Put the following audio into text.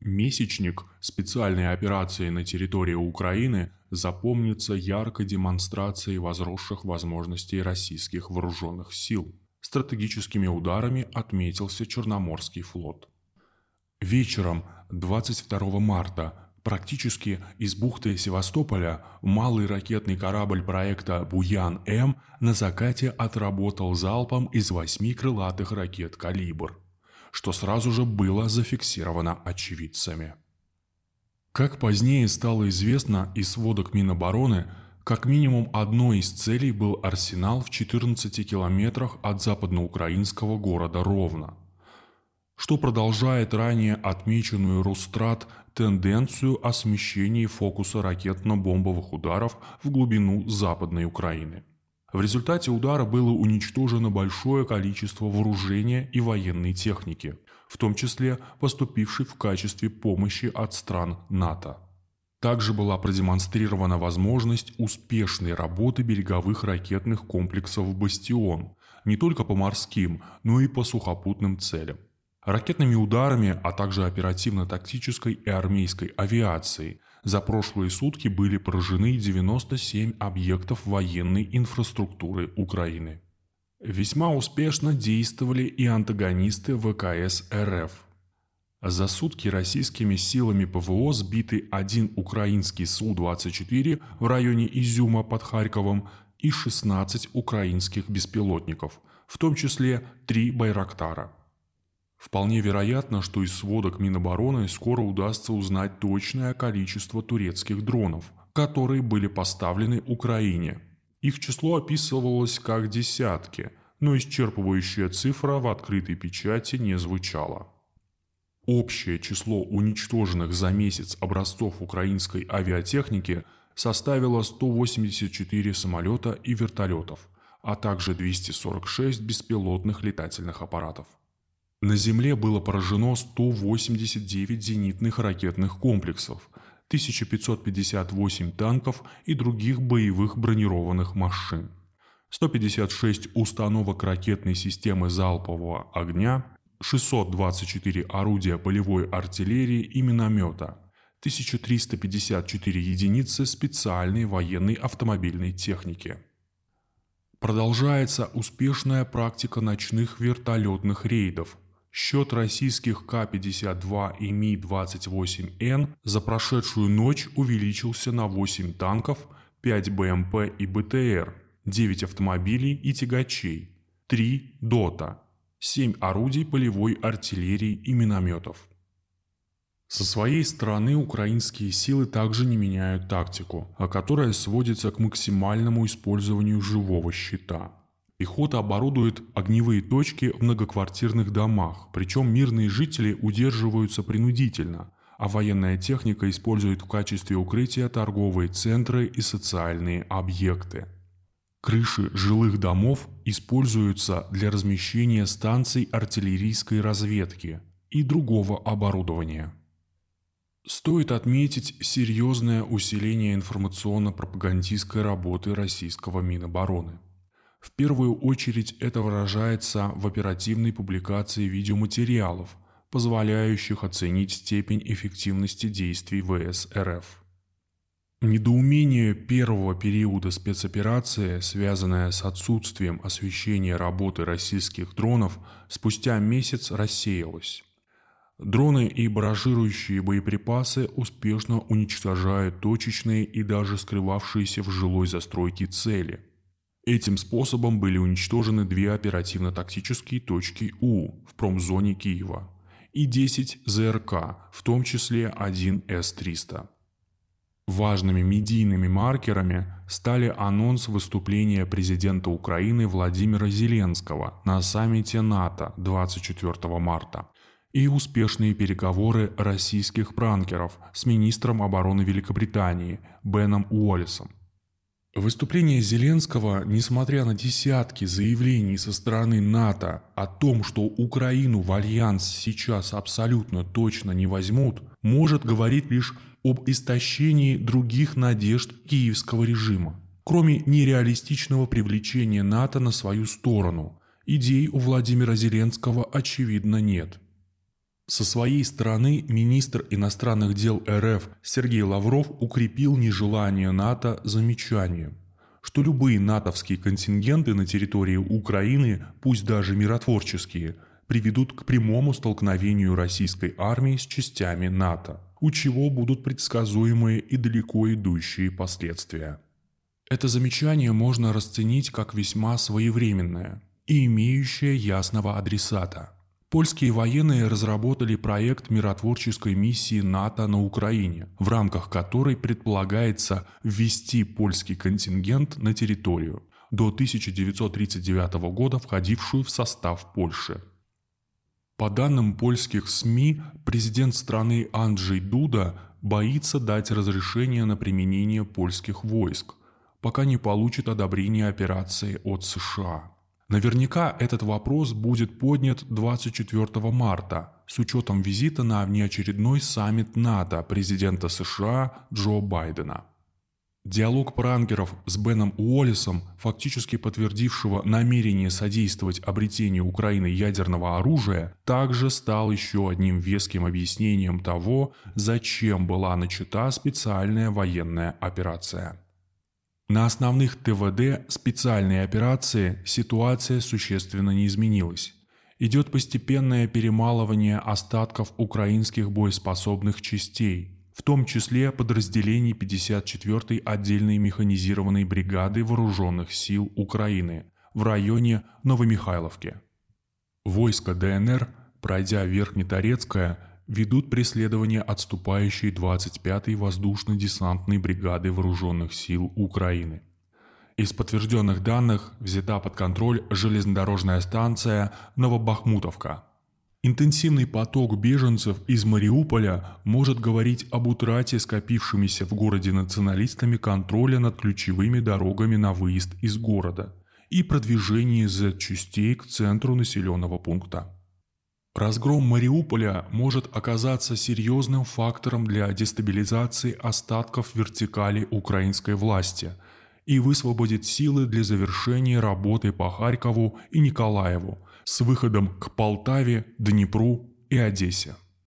Месячник специальной операции на территории Украины запомнится яркой демонстрацией возросших возможностей российских вооруженных сил. Стратегическими ударами отметился Черноморский флот. Вечером 22 марта практически из бухты Севастополя малый ракетный корабль проекта «Буян-М» на закате отработал залпом из 8 крылатых ракет «Калибр», что сразу же было зафиксировано очевидцами. Как позднее стало известно из сводок Минобороны, как минимум одной из целей был арсенал в 14 километрах от западноукраинского города Ровно, что продолжает ранее отмеченную Росстрат тенденцию о смещении фокуса ракетно-бомбовых ударов в глубину Западной Украины. В результате удара было уничтожено большое количество вооружения и военной техники, в том числе поступившей в качестве помощи от стран НАТО. Также была продемонстрирована возможность успешной работы береговых ракетных комплексов «Бастион» не только по морским, но и по сухопутным целям. Ракетными ударами, а также оперативно-тактической и армейской авиацией за прошлые сутки были поражены 97 объектов военной инфраструктуры Украины. Весьма успешно действовали и антагонисты ВКС РФ. За сутки российскими силами ПВО сбиты один украинский Су-24 в районе Изюма под Харьковом и 16 украинских беспилотников, в том числе 3 «Байрактара». Вполне вероятно, что из сводок Минобороны скоро удастся узнать точное количество турецких дронов, которые были поставлены Украине. Их число описывалось как десятки, но исчерпывающая цифра в открытой печати не звучала. Общее число уничтоженных за месяц образцов украинской авиатехники составило 184 самолета и вертолетов, а также 246 беспилотных летательных аппаратов. На земле было поражено 189 зенитных ракетных комплексов, 1558 танков и других боевых бронированных машин, 156 установок ракетной системы залпового огня, 624 орудия полевой артиллерии и миномета, 1354 единицы специальной военной автомобильной техники. Продолжается успешная практика ночных вертолетных рейдов. Счет российских К-52 и Ми-28Н за прошедшую ночь увеличился на 8 танков, 5 БМП и БТР, 9 автомобилей и тягачей, 3 ДОТа, 7 орудий полевой артиллерии и минометов. Со своей стороны украинские силы также не меняют тактику, которая сводится к максимальному использованию живого щита. Пехота оборудует огневые точки в многоквартирных домах, причем мирные жители удерживаются принудительно, а военная техника использует в качестве укрытия торговые центры и социальные объекты. Крыши жилых домов используются для размещения станций артиллерийской разведки и другого оборудования. Стоит отметить серьезное усиление информационно-пропагандистской работы российского Минобороны. В первую очередь это выражается в оперативной публикации видеоматериалов, позволяющих оценить степень эффективности действий ВС РФ. Недоумение первого периода спецоперации, связанное с отсутствием освещения работы российских дронов, спустя месяц рассеялось. Дроны и барражирующие боеприпасы успешно уничтожают точечные и даже скрывавшиеся в жилой застройке цели. Этим способом были уничтожены 2 оперативно-тактические точки У в промзоне Киева и 10 ЗРК, в том числе 1 С-300. Важными медийными маркерами стали анонс выступления президента Украины Владимира Зеленского на саммите НАТО 24 марта и успешные переговоры российских пранкеров с министром обороны Великобритании Беном Уоллесом. Выступление Зеленского, несмотря на десятки заявлений со стороны НАТО о том, что Украину в альянс сейчас абсолютно точно не возьмут, может говорить лишь об истощении других надежд киевского режима. Кроме нереалистичного привлечения НАТО на свою сторону, идей у Владимира Зеленского очевидно нет. Со своей стороны министр иностранных дел РФ Сергей Лавров укрепил нежелание НАТО замечанием, что любые натовские контингенты на территории Украины, пусть даже миротворческие, приведут к прямому столкновению российской армии с частями НАТО, у чего будут предсказуемые и далеко идущие последствия. Это замечание можно расценить как весьма своевременное и имеющее ясного адресата. Польские военные разработали проект миротворческой миссии НАТО на Украине, в рамках которой предполагается ввести польский контингент на территорию, до 1939 года входившую в состав Польши. По данным польских СМИ, президент страны Анджей Дуда боится дать разрешение на применение польских войск, пока не получит одобрение операции от США. Наверняка этот вопрос будет поднят 24 марта с учетом визита на внеочередной саммит НАТО президента США Джо Байдена. Диалог пранкеров с Беном Уоллесом, фактически подтвердившего намерение содействовать обретению Украины ядерного оружия, также стал еще одним веским объяснением того, зачем была начата специальная военная операция. На основных ТВД специальной операции ситуация существенно не изменилась. Идет постепенное перемалывание остатков украинских боеспособных частей, в том числе подразделений 54-й отдельной механизированной бригады вооруженных сил Украины в районе Новомихайловки. Войска ДНР, пройдя Верхнеторецкое, ведут преследование отступающей 25-й воздушно-десантной бригады вооруженных сил Украины. Из подтвержденных данных взята под контроль железнодорожная станция Новобахмутовка. Интенсивный поток беженцев из Мариуполя может говорить об утрате скопившимися в городе националистами контроля над ключевыми дорогами на выезд из города и продвижении Z-частей к центру населенного пункта. Разгром Мариуполя может оказаться серьезным фактором для дестабилизации остатков вертикали украинской власти и высвободит силы для завершения работы по Харькову и Николаеву с выходом к Полтаве, Днепру и Одессе.